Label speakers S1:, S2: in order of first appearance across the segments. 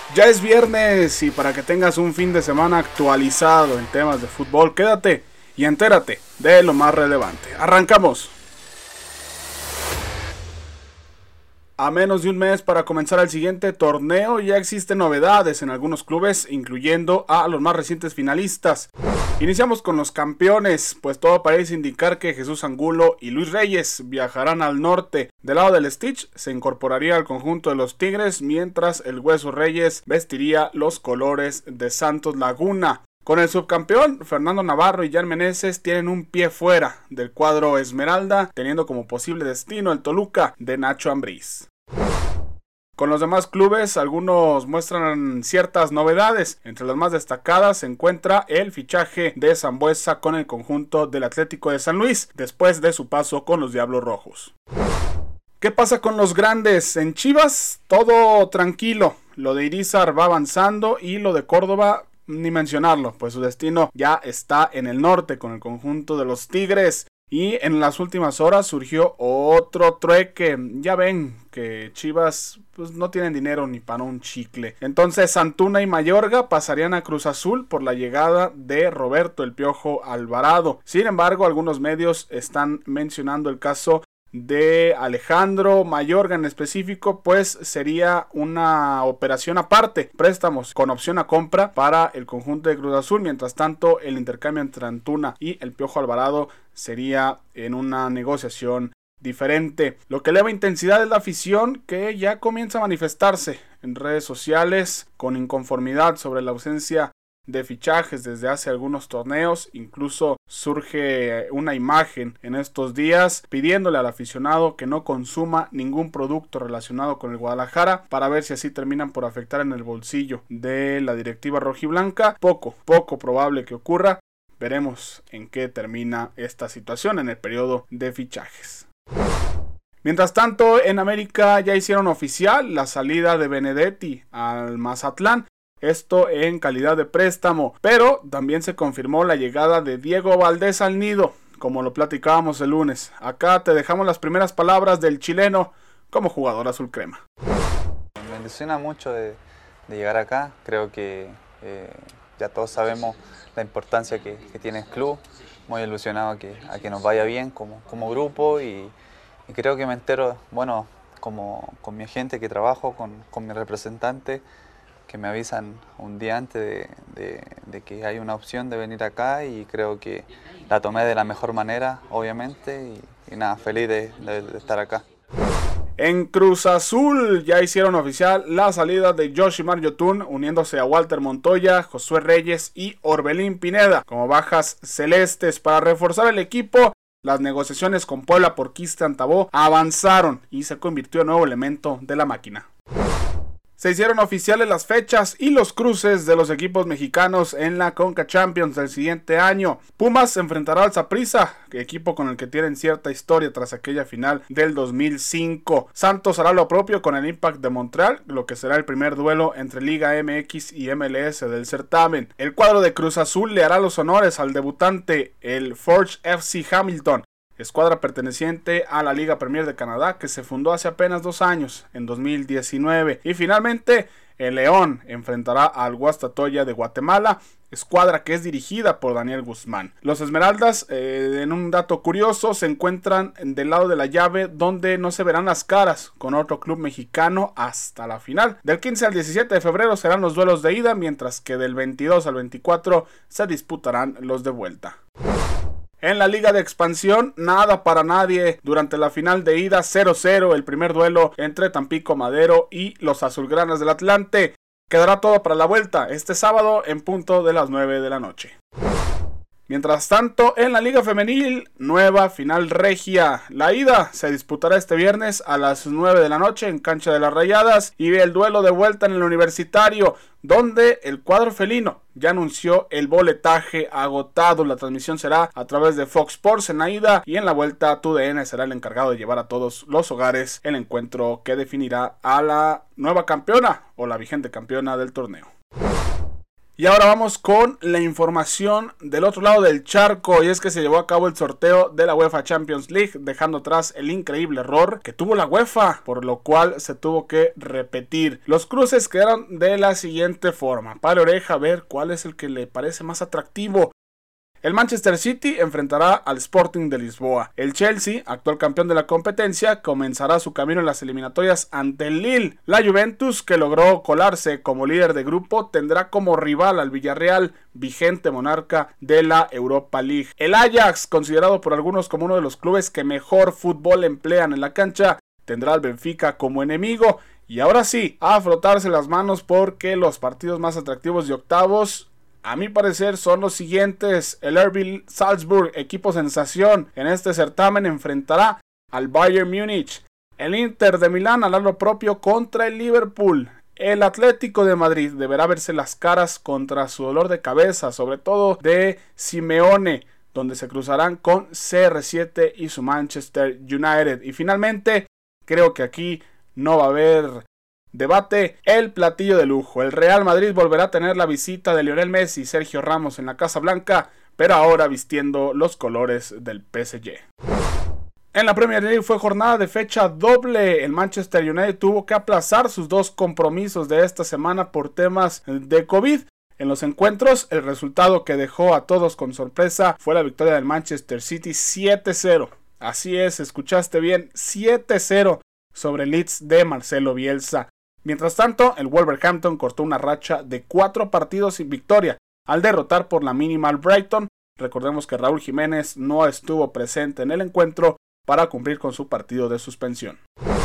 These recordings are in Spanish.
S1: Ya es viernes y para que tengas un fin de semana actualizado en temas de fútbol, quédate y entérate de lo más relevante. ¡Arrancamos! A menos de un mes para comenzar el siguiente torneo, ya existen novedades en algunos clubes, incluyendo a los más recientes finalistas. Iniciamos con los campeones, pues todo parece indicar que Jesús Angulo y Luis Reyes viajarán al norte. Del lado del Stitch se incorporaría al conjunto de los Tigres, mientras el Hueso Reyes vestiría los colores de Santos Laguna. Con el subcampeón, Fernando Navarro y Jan Meneses tienen un pie fuera del cuadro Esmeralda, teniendo como posible destino el Toluca de Nacho Ambriz. Con los demás clubes, algunos muestran ciertas novedades. Entre las más destacadas se encuentra el fichaje de Sambueza con el conjunto del Atlético de San Luis, después de su paso con los Diablos Rojos. ¿Qué pasa con los grandes? En Chivas, todo tranquilo. Lo de Irízar va avanzando y lo de Córdoba, ni mencionarlo, pues su destino ya está en el norte con el conjunto de los Tigres. Y en las últimas horas surgió otro trueque. Ya ven que Chivas pues no tienen dinero ni para un chicle. Entonces Antuna y Mayorga pasarían a Cruz Azul por la llegada de Roberto el Piojo Alvarado. Sin embargo, algunos medios están mencionando el caso de Alejandro Mayorga en específico, pues sería una operación aparte, préstamos con opción a compra para el conjunto de Cruz Azul. Mientras tanto, el intercambio entre Antuna y el Piojo Alvarado sería en una negociación diferente. Lo que eleva intensidad es la afición, que ya comienza a manifestarse en redes sociales con inconformidad sobre la ausencia de fichajes desde hace algunos torneos. Incluso surge una imagen en estos días pidiéndole al aficionado que no consuma ningún producto relacionado con el Guadalajara, para ver si así terminan por afectar en el bolsillo de la directiva rojiblanca. Poco probable que ocurra. Veremos en qué termina esta situación en el periodo de fichajes. Mientras tanto, en América ya hicieron oficial la salida de Benedetti al Mazatlán. Esto en calidad de préstamo, pero también se confirmó la llegada de Diego Valdés al nido, como lo platicábamos el lunes. Acá te dejamos las primeras palabras del chileno como jugador azul crema.
S2: Me ilusiona mucho de llegar acá. Creo que ya todos sabemos la importancia que tiene el club. Muy ilusionado a que nos vaya bien como grupo y creo que me entero, bueno, con mi agente que trabajo, con mi representante, que me avisan un día antes de que hay una opción de venir acá, y creo que la tomé de la mejor manera, obviamente, y nada, feliz de estar acá.
S1: En Cruz Azul ya hicieron oficial la salida de Yoshimar Yotun, uniéndose a Walter Montoya, Josué Reyes y Orbelín Pineda como bajas celestes. Para reforzar el equipo, las negociaciones con Puebla por Cristian Tabó avanzaron y se convirtió en nuevo elemento de la máquina. Se hicieron oficiales las fechas y los cruces de los equipos mexicanos en la Conca Champions del siguiente año. Pumas enfrentará al Saprissa, equipo con el que tienen cierta historia tras aquella final del 2005. Santos hará lo propio con el Impact de Montreal, lo que será el primer duelo entre Liga MX y MLS del certamen. El cuadro de Cruz Azul le hará los honores al debutante, el Forge FC Hamilton, escuadra perteneciente a la Liga Premier de Canadá, que se fundó hace apenas 2 años, en 2019. Y finalmente, el León enfrentará al Guastatoya de Guatemala, escuadra que es dirigida por Daniel Guzmán. Los Esmeraldas, en un dato curioso, se encuentran del lado de la llave, donde no se verán las caras con otro club mexicano hasta la final. Del 15 al 17 de febrero serán los duelos de ida, mientras que del 22 al 24 se disputarán los de vuelta. En la Liga de Expansión, nada para nadie. Durante la final de ida, 0-0 el primer duelo entre Tampico Madero y los Azulgranas del Atlante. Quedará todo para la vuelta este sábado en punto de las 9 de la noche. Mientras tanto, en la Liga Femenil, nueva final regia. La ida se disputará este viernes a las 9 de la noche en cancha de las Rayadas, y el duelo de vuelta en el Universitario, donde el cuadro felino ya anunció el boletaje agotado. La transmisión será a través de Fox Sports en la ida, y en la vuelta TUDN será el encargado de llevar a todos los hogares el encuentro que definirá a la nueva campeona o la vigente campeona del torneo. Y ahora vamos con la información del otro lado del charco, y es que se llevó a cabo el sorteo de la UEFA Champions League, dejando atrás el increíble error que tuvo la UEFA, por lo cual se tuvo que repetir. Los cruces quedaron de la siguiente forma: para oreja, a ver cuál es el que le parece más atractivo. El Manchester City enfrentará al Sporting de Lisboa. El Chelsea, actual campeón de la competencia, comenzará su camino en las eliminatorias ante el Lille. La Juventus, que logró colarse como líder de grupo, tendrá como rival al Villarreal, vigente monarca de la Europa League. El Ajax, considerado por algunos como uno de los clubes que mejor fútbol emplean en la cancha, tendrá al Benfica como enemigo. Y ahora sí, a frotarse las manos, porque los partidos más atractivos de octavos, a mi parecer, son los siguientes. El RB Salzburg, equipo sensación en este certamen, enfrentará al Bayern Múnich. El Inter de Milán hará lo propio contra el Liverpool. El Atlético de Madrid deberá verse las caras contra su dolor de cabeza, sobre todo de Simeone, donde se cruzarán con CR7 y su Manchester United. Y finalmente, creo que aquí no va a haber debate, el platillo de lujo. El Real Madrid volverá a tener la visita de Lionel Messi y Sergio Ramos en la Casa Blanca, pero ahora vistiendo los colores del PSG. En la Premier League fue jornada de fecha doble. El Manchester United tuvo que aplazar sus dos compromisos de esta semana por temas de COVID. En los encuentros, el resultado que dejó a todos con sorpresa fue la victoria del Manchester City 7-0. Así es, escuchaste bien, 7-0 sobre el Leeds de Marcelo Bielsa. Mientras tanto, el Wolverhampton cortó una racha de 4 partidos sin victoria al derrotar por la mínima al Brighton. Recordemos que Raúl Jiménez no estuvo presente en el encuentro para cumplir con su partido de suspensión.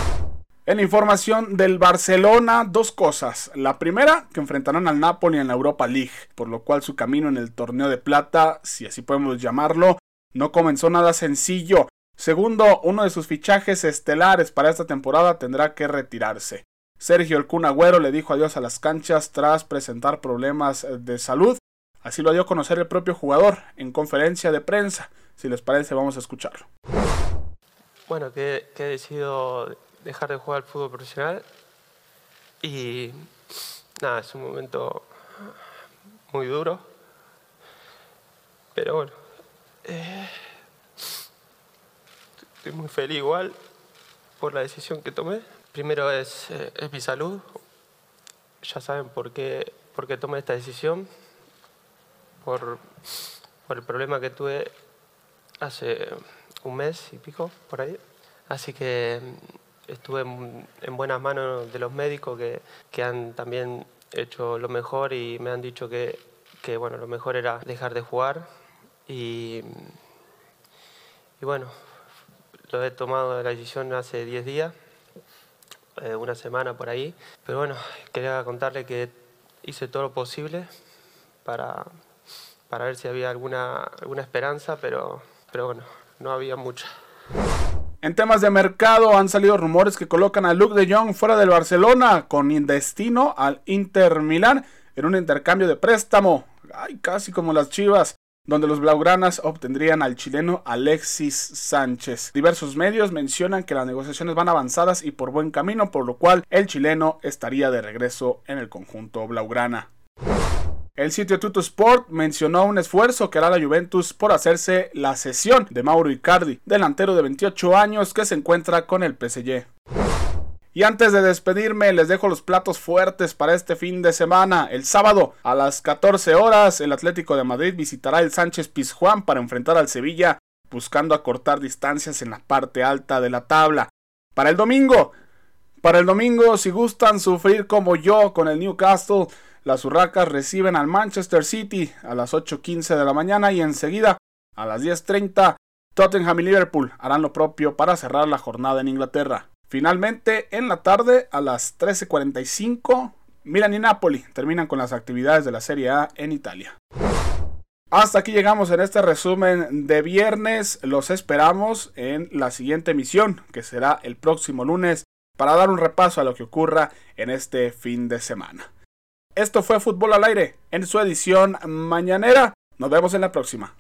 S1: En la información del Barcelona, dos cosas. La primera, que enfrentarán al Napoli en la Europa League, por lo cual su camino en el torneo de plata, si así podemos llamarlo, no comenzó nada sencillo. Segundo, uno de sus fichajes estelares para esta temporada tendrá que retirarse. Sergio El Kun Agüero le dijo adiós a las canchas tras presentar problemas de salud. Así lo dio a conocer el propio jugador en conferencia de prensa. Si les parece, vamos a escucharlo.
S3: Bueno, que he decidido dejar de jugar al fútbol profesional y nada, es un momento muy duro, pero bueno, estoy muy feliz igual por la decisión que tomé. Primero es mi salud. Ya saben por qué tomé esta decisión. Por el problema que tuve hace un mes y pico, por ahí. Así que estuve en buenas manos de los médicos que han también hecho lo mejor y me han dicho que bueno, lo mejor era dejar de jugar. Y bueno, lo he tomado la decisión hace 10 días. Una semana por ahí, pero bueno, quería contarle que hice todo lo posible para ver si había alguna esperanza, pero bueno, no había mucha.
S1: En temas de mercado han salido rumores que colocan a Luuk de Jong fuera del Barcelona con destino al Inter Milán en un intercambio de préstamo, casi como las Chivas, donde los blaugranas obtendrían al chileno Alexis Sánchez. Diversos medios mencionan que las negociaciones van avanzadas y por buen camino, por lo cual el chileno estaría de regreso en el conjunto blaugrana. El sitio Tuttosport mencionó un esfuerzo que hará la Juventus por hacerse la cesión de Mauro Icardi, delantero de 28 años que se encuentra con el PSG. Y antes de despedirme, les dejo los platos fuertes para este fin de semana. El sábado, a las 14 horas, el Atlético de Madrid visitará el Sánchez Pizjuán para enfrentar al Sevilla, buscando acortar distancias en la parte alta de la tabla. Para el domingo, si gustan sufrir como yo con el Newcastle, las Urracas reciben al Manchester City a las 8:15 de la mañana y enseguida, a las 10:30, Tottenham y Liverpool harán lo propio para cerrar la jornada en Inglaterra. Finalmente, en la tarde, a las 13:45, Milan y Napoli terminan con las actividades de la Serie A en Italia. Hasta aquí llegamos en este resumen de viernes. Los esperamos en la siguiente emisión, que será el próximo lunes, para dar un repaso a lo que ocurra en este fin de semana. Esto fue Fútbol al Aire en su edición mañanera. Nos vemos en la próxima.